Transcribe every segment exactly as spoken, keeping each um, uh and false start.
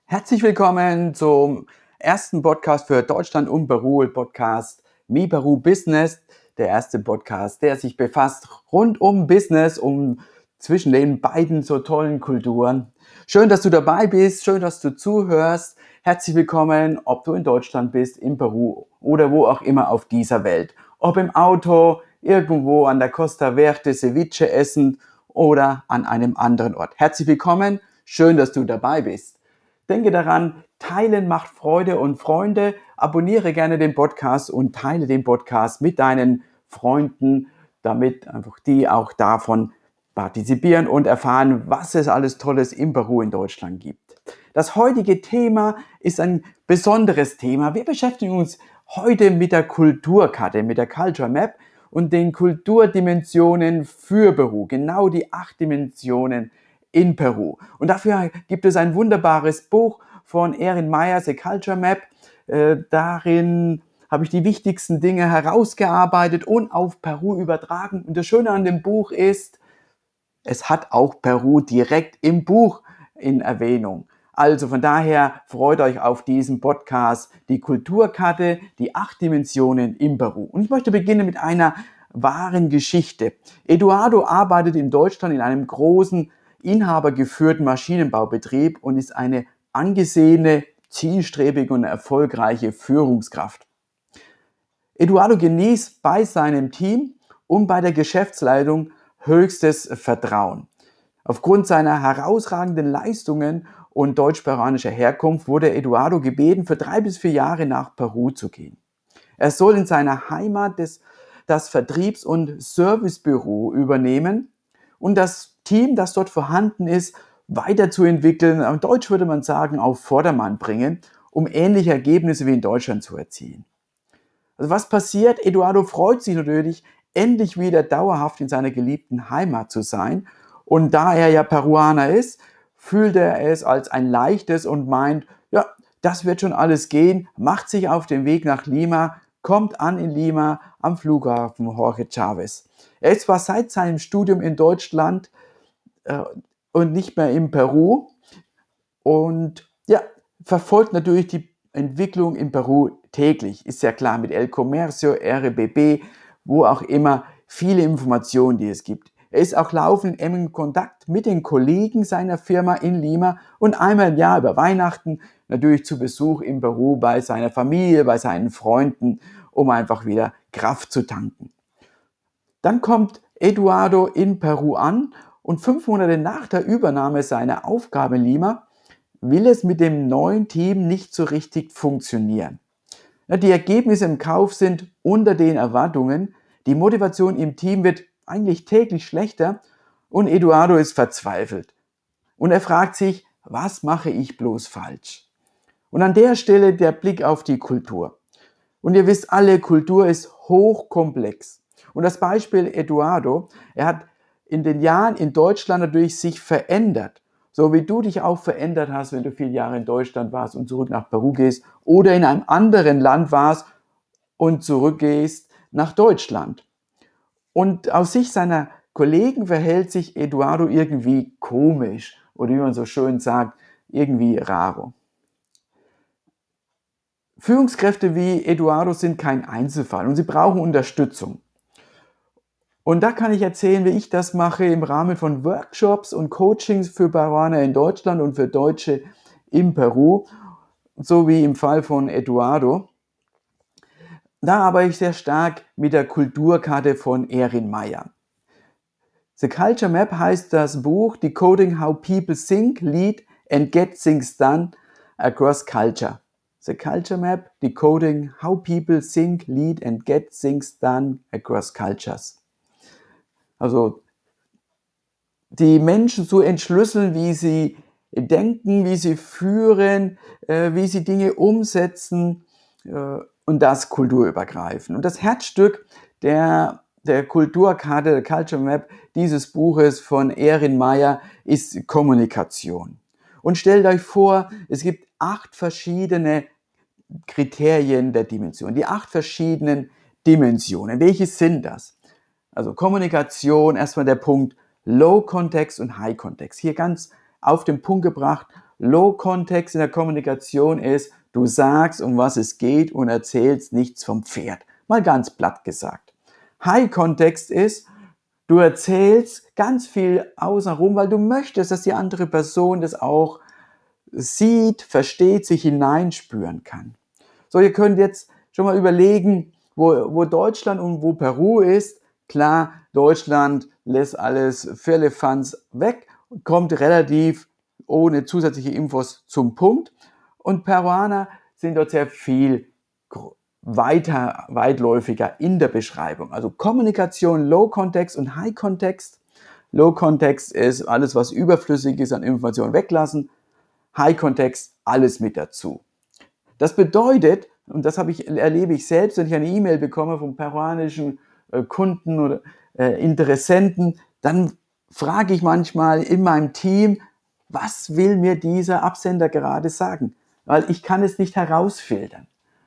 Herzlich willkommen zum ersten Podcast für Deutschland und Peru, Podcast Mi Peru Business, der erste Podcast, der sich befasst rund um Business, um zwischen den beiden so tollen Kulturen. Schön, dass du dabei bist, schön, dass du zuhörst. Herzlich willkommen, ob du in Deutschland bist, in Peru oder wo auch immer auf dieser Welt. Ob im Auto, irgendwo an der Costa Verde Ceviche essen oder an einem anderen Ort. Herzlich willkommen, schön, dass du dabei bist. Denke daran, teilen macht Freude und Freunde. Abonniere gerne den Podcast und teile den Podcast mit deinen Freunden, damit einfach die auch davon partizipieren und erfahren, was es alles Tolles in Peru in Deutschland gibt. Das heutige Thema ist ein besonderes Thema. Wir beschäftigen uns heute mit der Kulturkarte, mit der Culture Map und den Kulturdimensionen für Peru. Genau die acht Dimensionen in Peru. Und dafür gibt es ein wunderbares Buch von Erin Meyer, The Culture Map. Äh, darin habe ich die wichtigsten Dinge herausgearbeitet und auf Peru übertragen. Und das Schöne an dem Buch ist, es hat auch Peru direkt im Buch in Erwähnung. Also von daher freut euch auf diesen Podcast, die Kulturkarte, die acht Dimensionen in Peru. Und ich möchte beginnen mit einer wahren Geschichte. Eduardo arbeitet in Deutschland in einem großen, inhabergeführten Maschinenbaubetrieb und ist eine angesehene, zielstrebige und erfolgreiche Führungskraft. Eduardo genießt bei seinem Team und bei der Geschäftsleitung höchstes Vertrauen. Aufgrund seiner herausragenden Leistungen und deutsch-peruanischer Herkunft wurde Eduardo gebeten, für drei bis vier Jahre nach Peru zu gehen. Er soll in seiner Heimat des, das Vertriebs- und Servicebüro übernehmen und das Team, das dort vorhanden ist, weiterzuentwickeln, auf Deutsch würde man sagen, auf Vordermann bringen, um ähnliche Ergebnisse wie in Deutschland zu erzielen. Also was passiert? Eduardo freut sich natürlich, endlich wieder dauerhaft in seiner geliebten Heimat zu sein. Und da er ja Peruaner ist, fühlt er es als ein leichtes und meint, ja, das wird schon alles gehen, macht sich auf den Weg nach Lima, kommt an in Lima am Flughafen Jorge Chávez. Er ist zwar seit seinem Studium in Deutschland äh, und nicht mehr in Peru und ja, verfolgt natürlich die Entwicklung in Peru täglich. Ist ja klar, mit El Comercio, R B B, wo auch immer, viele Informationen, die es gibt. Er ist auch laufend in engem Kontakt mit den Kollegen seiner Firma in Lima und einmal im Jahr über Weihnachten natürlich zu Besuch in Peru bei seiner Familie, bei seinen Freunden, um einfach wieder Kraft zu tanken. Dann kommt Eduardo in Peru an und fünf Monate nach der Übernahme seiner Aufgabe in Lima will es mit dem neuen Team nicht so richtig funktionieren. Die Ergebnisse im Kauf sind unter den Erwartungen, die Motivation im Team wird eigentlich täglich schlechter und Eduardo ist verzweifelt. Und er fragt sich, was mache ich bloß falsch? Und an der Stelle der Blick auf die Kultur. Und ihr wisst alle, Kultur ist hochkomplex. Und das Beispiel Eduardo, er hat in den Jahren in Deutschland natürlich sich verändert. So wie du dich auch verändert hast, wenn du viele Jahre in Deutschland warst und zurück nach Peru gehst oder in einem anderen Land warst und zurückgehst nach Deutschland. Und aus Sicht seiner Kollegen verhält sich Eduardo irgendwie komisch oder wie man so schön sagt, irgendwie raro. Führungskräfte wie Eduardo sind kein Einzelfall und sie brauchen Unterstützung. Und da kann ich erzählen, wie ich das mache im Rahmen von Workshops und Coachings für Peruaner in Deutschland und für Deutsche in Peru, so wie im Fall von Eduardo. Da arbeite ich sehr stark mit der Kulturkarte von Erin Meyer. The Culture Map heißt das Buch Decoding How People Think, Lead and Get Things Done Across Culture. The Culture Map, Decoding How People Think, Lead and Get Things Done Across Cultures. Also die Menschen zu entschlüsseln, wie sie denken, wie sie führen, äh, wie sie Dinge umsetzen äh, und das kulturübergreifend. Und das Herzstück der, der Kulturkarte, der Culture Map dieses Buches von Erin Meyer ist Kommunikation. Und stellt euch vor, es gibt acht verschiedene Kriterien der Dimension, die acht verschiedenen Dimensionen. Welche sind das? Also Kommunikation, erstmal der Punkt Low Context und High Context. Hier ganz auf den Punkt gebracht. Low-Kontext in der Kommunikation ist, du sagst, um was es geht und erzählst nichts vom Pferd. Mal ganz platt gesagt. High-Kontext ist, du erzählst ganz viel außenrum, weil du möchtest, dass die andere Person das auch sieht, versteht, sich hineinspüren kann. So, ihr könnt jetzt schon mal überlegen, wo, wo Deutschland und wo Peru ist. Klar, Deutschland lässt alles Firlefanz weg, kommt relativ ohne zusätzliche Infos zum Punkt. Und Peruaner sind dort sehr viel weiter, weitläufiger in der Beschreibung. Also Kommunikation, Low-Kontext und High-Kontext. Low-Kontext ist alles, was überflüssig ist an Informationen weglassen. High-Kontext, alles mit dazu. Das bedeutet, und das habe ich, erlebe ich selbst, wenn ich eine E-Mail bekomme vom peruanischen äh, Kunden oder äh, Interessenten, dann frage ich manchmal in meinem Team, was will mir dieser Absender gerade sagen? Weil ich kann es nicht herausfiltern.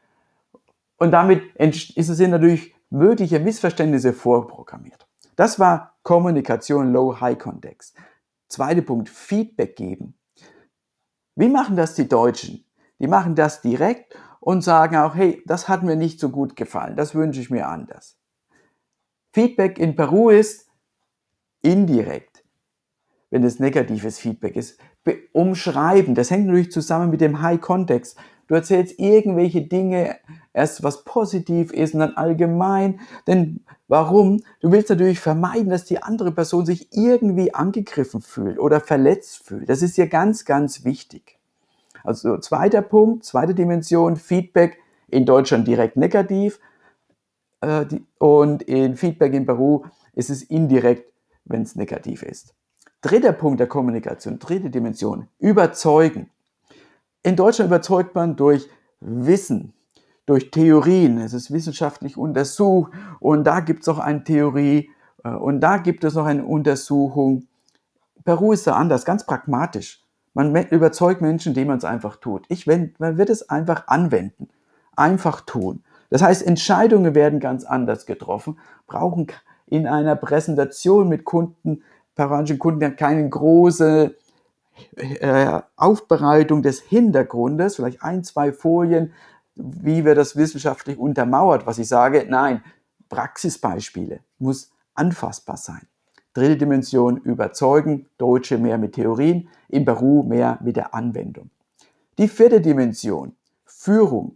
Und damit sind natürlich mögliche Missverständnisse vorprogrammiert. Das war Kommunikation Low-High-Kontext. Zweiter Punkt, Feedback geben. Wie machen das die Deutschen? Die machen das direkt und sagen auch, hey, das hat mir nicht so gut gefallen, das wünsche ich mir anders. Feedback in Peru ist indirekt, wenn es negatives Feedback ist. Umschreiben, das hängt natürlich zusammen mit dem High-Kontext. Du erzählst irgendwelche Dinge, erst was positiv ist und dann allgemein. Denn warum? Du willst natürlich vermeiden, dass die andere Person sich irgendwie angegriffen fühlt oder verletzt fühlt. Das ist hier ganz, ganz wichtig. Also zweiter Punkt, zweite Dimension, Feedback in Deutschland direkt negativ äh, die, und in Feedback in Peru ist es indirekt, wenn es negativ ist. Dritter Punkt der Kommunikation, dritte Dimension, überzeugen. In Deutschland überzeugt man durch Wissen, durch Theorien. Es ist wissenschaftlich untersucht und da gibt es noch eine Theorie äh, und da gibt es noch eine Untersuchung. Peru ist da anders, ganz pragmatisch. Man überzeugt Menschen, indem man es einfach tut. Ich, wenn, man wird es einfach anwenden, einfach tun. Das heißt, Entscheidungen werden ganz anders getroffen, brauchen in einer Präsentation mit Kunden, peruanischen Kunden, keine große äh, Aufbereitung des Hintergrundes, vielleicht ein, zwei Folien, wie wird das wissenschaftlich untermauert, was ich sage. Nein, Praxisbeispiele, muss anfassbar sein. Dritte Dimension, überzeugen, Deutsche mehr mit Theorien, in Peru mehr mit der Anwendung. Die vierte Dimension, Führung.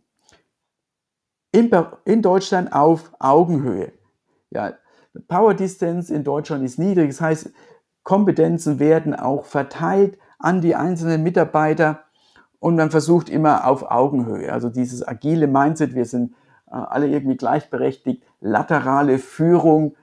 In, in Deutschland auf Augenhöhe. Ja, Power Distance in Deutschland ist niedrig, das heißt, Kompetenzen werden auch verteilt an die einzelnen Mitarbeiter und man versucht immer auf Augenhöhe. Also dieses agile Mindset, wir sind äh, alle irgendwie gleichberechtigt, laterale Führung,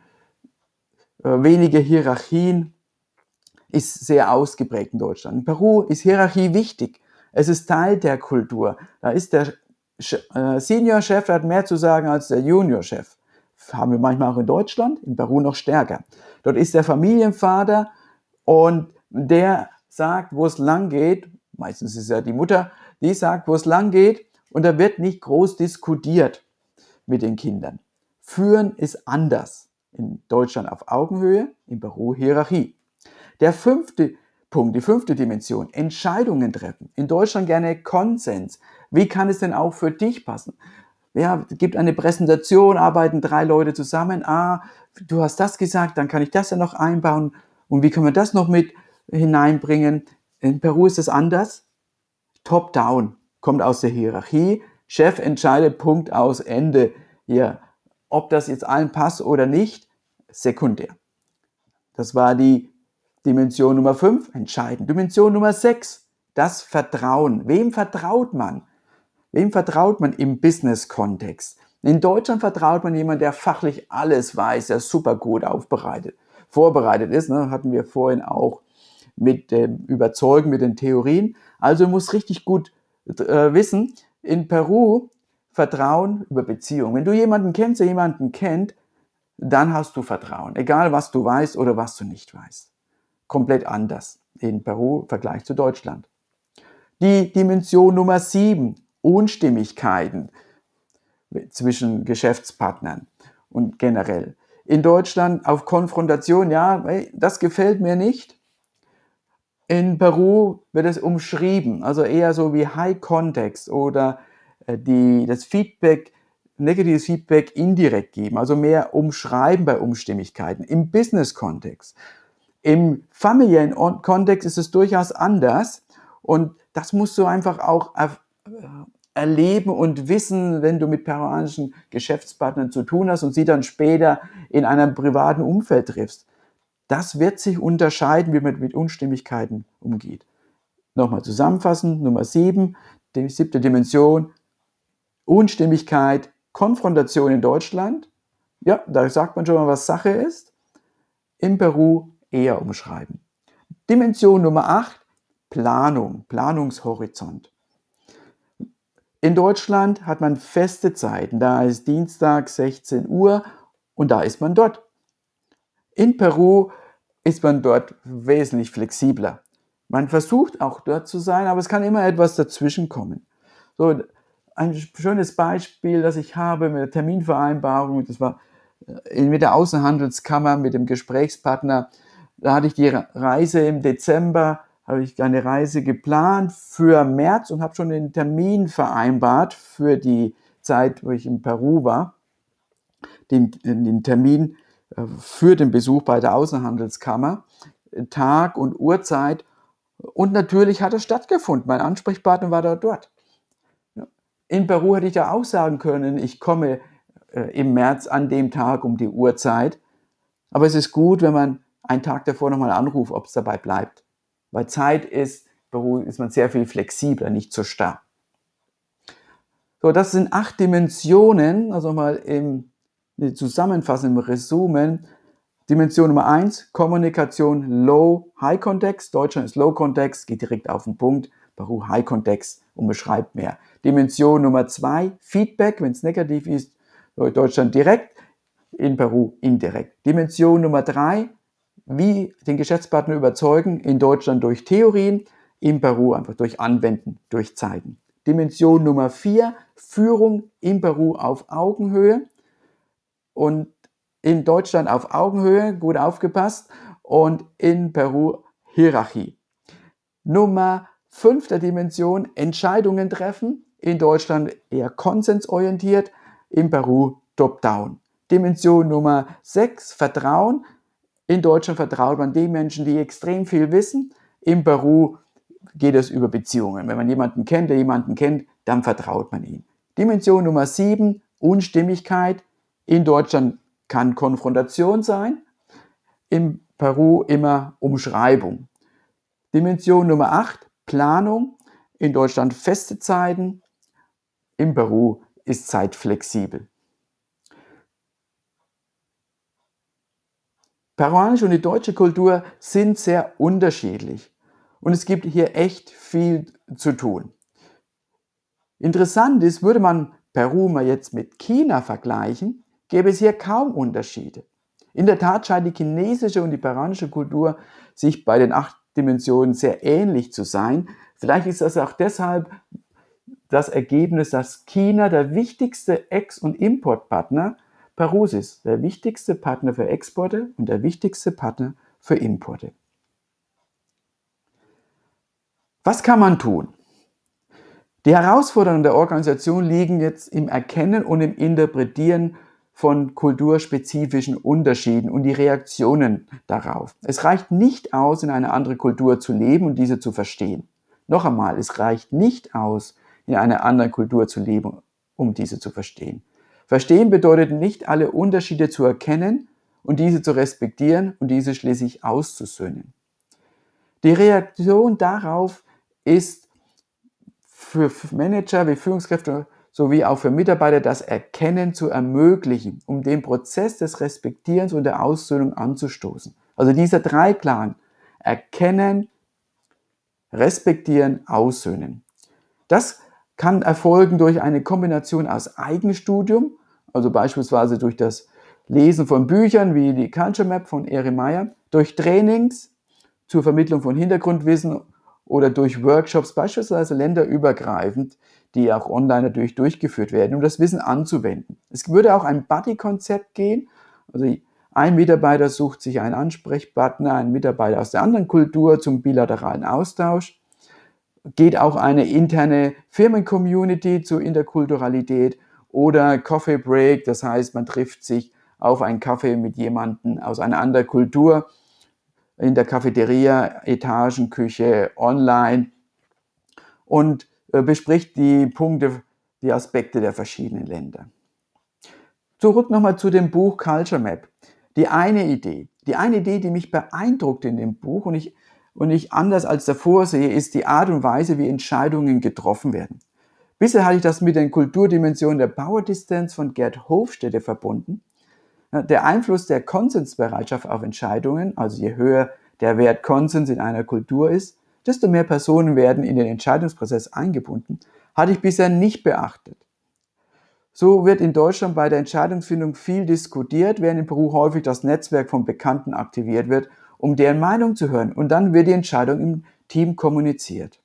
äh, wenige Hierarchien, ist sehr ausgeprägt in Deutschland. In Peru ist Hierarchie wichtig. Es ist Teil der Kultur. Da ist der äh, Senior-Chef, der hat mehr zu sagen als der Junior-Chef. Haben wir manchmal auch in Deutschland, in Peru noch stärker. Dort ist der Familienvater und der sagt, wo es lang geht. Meistens ist es ja die Mutter, die sagt, wo es lang geht und da wird nicht groß diskutiert mit den Kindern. Führen ist anders. In Deutschland auf Augenhöhe, in Peru Hierarchie. Der fünfte Punkt, die fünfte Dimension, Entscheidungen treffen. In Deutschland gerne Konsens. Wie kann es denn auch für dich passen? Ja, es gibt eine Präsentation, arbeiten drei Leute zusammen. Ah, du hast das gesagt, dann kann ich das ja noch einbauen. Und wie können wir das noch mit hineinbringen? In Peru ist es anders. Top-down, kommt aus der Hierarchie. Chef entscheidet, Punkt, aus, Ende. Ja, ob das jetzt allen passt oder nicht, sekundär. Das war die Dimension Nummer fünf, entscheidend. Dimension Nummer sechs, das Vertrauen. Wem vertraut man? Wem vertraut man im Business-Kontext? In Deutschland vertraut man jemandem, der fachlich alles weiß, der super gut aufbereitet, vorbereitet ist. Ne? Hatten wir vorhin auch mit dem Überzeugen, mit den Theorien. Also muss richtig gut äh, wissen. In Peru Vertrauen über Beziehung. Wenn du jemanden kennst, der jemanden kennt, dann hast du Vertrauen. Egal, was du weißt oder was du nicht weißt. Komplett anders in Peru im Vergleich zu Deutschland. Die Dimension Nummer sieben, Unstimmigkeiten zwischen Geschäftspartnern und generell. In Deutschland auf Konfrontation, ja, das gefällt mir nicht. In Peru wird es umschrieben, also eher so wie High Context oder äh, die, das Feedback, negatives Feedback indirekt geben, also mehr umschreiben bei Unstimmigkeiten. Im Business-Kontext. Im familiären Kontext ist es durchaus anders und das musst du einfach auch er, erleben und wissen, wenn du mit peruanischen Geschäftspartnern zu tun hast und sie dann später in einem privaten Umfeld triffst. Das wird sich unterscheiden, wie man mit Unstimmigkeiten umgeht. Nochmal zusammenfassen, Nummer sieben, die siebte Dimension, Unstimmigkeit, Konfrontation in Deutschland. Ja, da sagt man schon mal, was Sache ist. In Peru eher umschreiben. Dimension Nummer acht, Planung, Planungshorizont. In Deutschland hat man feste Zeiten, da ist Dienstag sechzehn Uhr und da ist man dort. In Peru ist man dort wesentlich flexibler. Man versucht auch dort zu sein, aber es kann immer etwas dazwischen kommen. So, ein schönes Beispiel, das ich habe mit der Terminvereinbarung, das war mit der Außenhandelskammer, mit dem Gesprächspartner. Da hatte ich die Reise im Dezember, habe ich eine Reise geplant für März und habe schon den Termin vereinbart für die Zeit, wo ich in Peru war, den, den Termin für den Besuch bei der Außenhandelskammer, Tag und Uhrzeit. Und natürlich hat es stattgefunden. Mein Ansprechpartner war da dort. In Peru hätte ich ja auch sagen können, ich komme äh, im März an dem Tag um die Uhrzeit. Aber es ist gut, wenn man einen Tag davor nochmal anruft, ob es dabei bleibt. Weil Zeit ist, Peru ist man sehr viel flexibler, nicht so starr. So, das sind acht Dimensionen, also mal im Zusammenfassen, im Resumen. Dimension Nummer eins, Kommunikation Low, High Context. Deutschland ist Low Context, geht direkt auf den Punkt. Peru High Context und beschreibt mehr. Dimension Nummer zwei, Feedback, wenn es negativ ist, Deutschland direkt, in Peru indirekt. Dimension Nummer drei, wie den Geschäftspartner überzeugen, in Deutschland durch Theorien, in Peru einfach durch Anwenden, durch Zeiten. Dimension Nummer vier, Führung in Peru auf Augenhöhe und in Deutschland auf Augenhöhe, gut aufgepasst, und in Peru Hierarchie. Nummer fünfte Dimension, Entscheidungen treffen, in Deutschland eher konsensorientiert, in Peru top-down. Dimension Nummer sechs, Vertrauen. In Deutschland vertraut man den Menschen, die extrem viel wissen. In Peru geht es über Beziehungen. Wenn man jemanden kennt, der jemanden kennt, dann vertraut man ihm. Dimension Nummer sieben, Unstimmigkeit. In Deutschland kann Konfrontation sein. In Peru immer Umschreibung. Dimension Nummer acht, Planung. In Deutschland feste Zeiten. In Peru ist Zeit flexibel. Peruanische und die deutsche Kultur sind sehr unterschiedlich und es gibt hier echt viel zu tun. Interessant ist, würde man Peru mal jetzt mit China vergleichen, gäbe es hier kaum Unterschiede. In der Tat scheint die chinesische und die peruanische Kultur sich bei den acht Dimensionen sehr ähnlich zu sein. Vielleicht ist das auch deshalb das Ergebnis, dass China der wichtigste Ex- und Importpartner Perus ist, der wichtigste Partner für Exporte und der wichtigste Partner für Importe. Was kann man tun? Die Herausforderungen der Organisation liegen jetzt im Erkennen und im Interpretieren von kulturspezifischen Unterschieden und die Reaktionen darauf. Es reicht nicht aus, in eine andere Kultur zu leben und diese zu verstehen. Noch einmal, es reicht nicht aus, in einer anderen Kultur zu leben, um diese zu verstehen. Verstehen bedeutet nicht, alle Unterschiede zu erkennen und diese zu respektieren und diese schließlich auszusöhnen. Die Reaktion darauf ist für Manager wie Führungskräfte sowie auch für Mitarbeiter das Erkennen zu ermöglichen, um den Prozess des Respektierens und der Aussöhnung anzustoßen. Also dieser Dreiklang: Erkennen, Respektieren, Aussöhnen. Das kann erfolgen durch eine Kombination aus Eigenstudium, also beispielsweise durch das Lesen von Büchern wie die Culture Map von Eri Meyer, durch Trainings zur Vermittlung von Hintergrundwissen oder durch Workshops, beispielsweise länderübergreifend, die auch online natürlich durchgeführt werden, um das Wissen anzuwenden. Es würde auch ein Buddy-Konzept gehen, also Ein Mitarbeiter sucht sich einen Ansprechpartner, einen Mitarbeiter aus der anderen Kultur zum bilateralen Austausch. Geht auch eine interne Firmen-Community zur Interkulturalität oder Coffee Break, das heißt, man trifft sich auf einen Kaffee mit jemandem aus einer anderen Kultur, in der Cafeteria, Etagenküche, online und äh, bespricht die Punkte, die Aspekte der verschiedenen Länder. Zurück nochmal zu dem Buch Culture Map. Die eine Idee, die eine Idee, die mich beeindruckt in dem Buch und ich, und ich anders als davor sehe, ist die Art und Weise, wie Entscheidungen getroffen werden. Bisher hatte ich das mit den Kulturdimensionen der Power Distance von Gerd Hofstede verbunden. Der Einfluss der Konsensbereitschaft auf Entscheidungen, also je höher der Wert Konsens in einer Kultur ist, desto mehr Personen werden in den Entscheidungsprozess eingebunden, hatte ich bisher nicht beachtet. So wird in Deutschland bei der Entscheidungsfindung viel diskutiert, während in Peru häufig das Netzwerk von Bekannten aktiviert wird, um deren Meinung zu hören, und dann wird die Entscheidung im Team kommuniziert.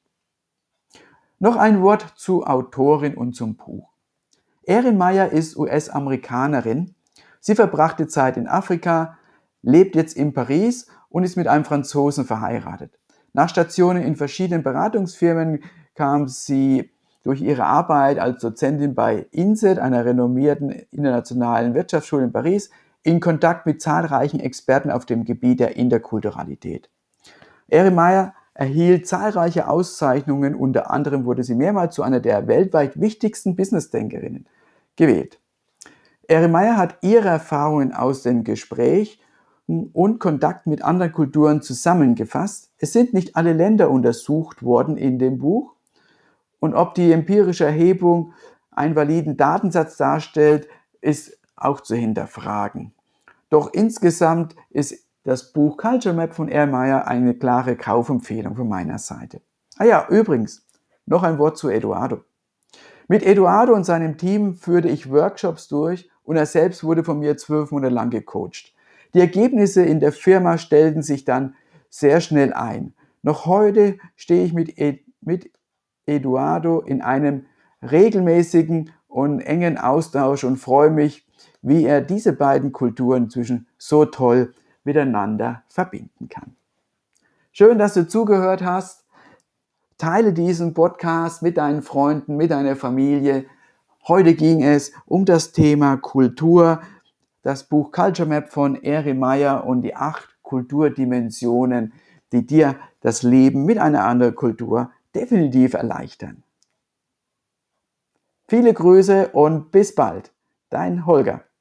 Noch ein Wort zur Autorin und zum Buch. Erin Meyer ist U S-Amerikanerin. Sie verbrachte Zeit in Afrika, lebt jetzt in Paris und ist mit einem Franzosen verheiratet. Nach Stationen in verschiedenen Beratungsfirmen kam sie durch ihre Arbeit als Dozentin bei INSEAD, einer renommierten internationalen Wirtschaftsschule in Paris, in Kontakt mit zahlreichen Experten auf dem Gebiet der Interkulturalität. Erin Meyer erhielt zahlreiche Auszeichnungen, unter anderem wurde sie mehrmals zu einer der weltweit wichtigsten Businessdenkerinnen gewählt. Erin Meyer hat ihre Erfahrungen aus dem Gespräch und Kontakt mit anderen Kulturen zusammengefasst. Es sind nicht alle Länder untersucht worden in dem Buch. Und ob die empirische Erhebung einen validen Datensatz darstellt, ist auch zu hinterfragen. Doch insgesamt ist das Buch Culture Map von Erin Meyer eine klare Kaufempfehlung von meiner Seite. Ah ja, übrigens, noch ein Wort zu Eduardo. Mit Eduardo und seinem Team führte ich Workshops durch und er selbst wurde von mir zwölf Monate lang gecoacht. Die Ergebnisse in der Firma stellten sich dann sehr schnell ein. Noch heute stehe ich mit, Ed, mit Eduardo in einem regelmäßigen und engen Austausch und freue mich, wie er diese beiden Kulturen inzwischen so toll miteinander verbinden kann. Schön, dass du zugehört hast. Teile diesen Podcast mit deinen Freunden, mit deiner Familie. Heute ging es um das Thema Kultur, das Buch Culture Map von Erin Meyer und die acht Kulturdimensionen, die dir das Leben mit einer anderen Kultur definitiv erleichtern. Viele Grüße und bis bald, dein Holger.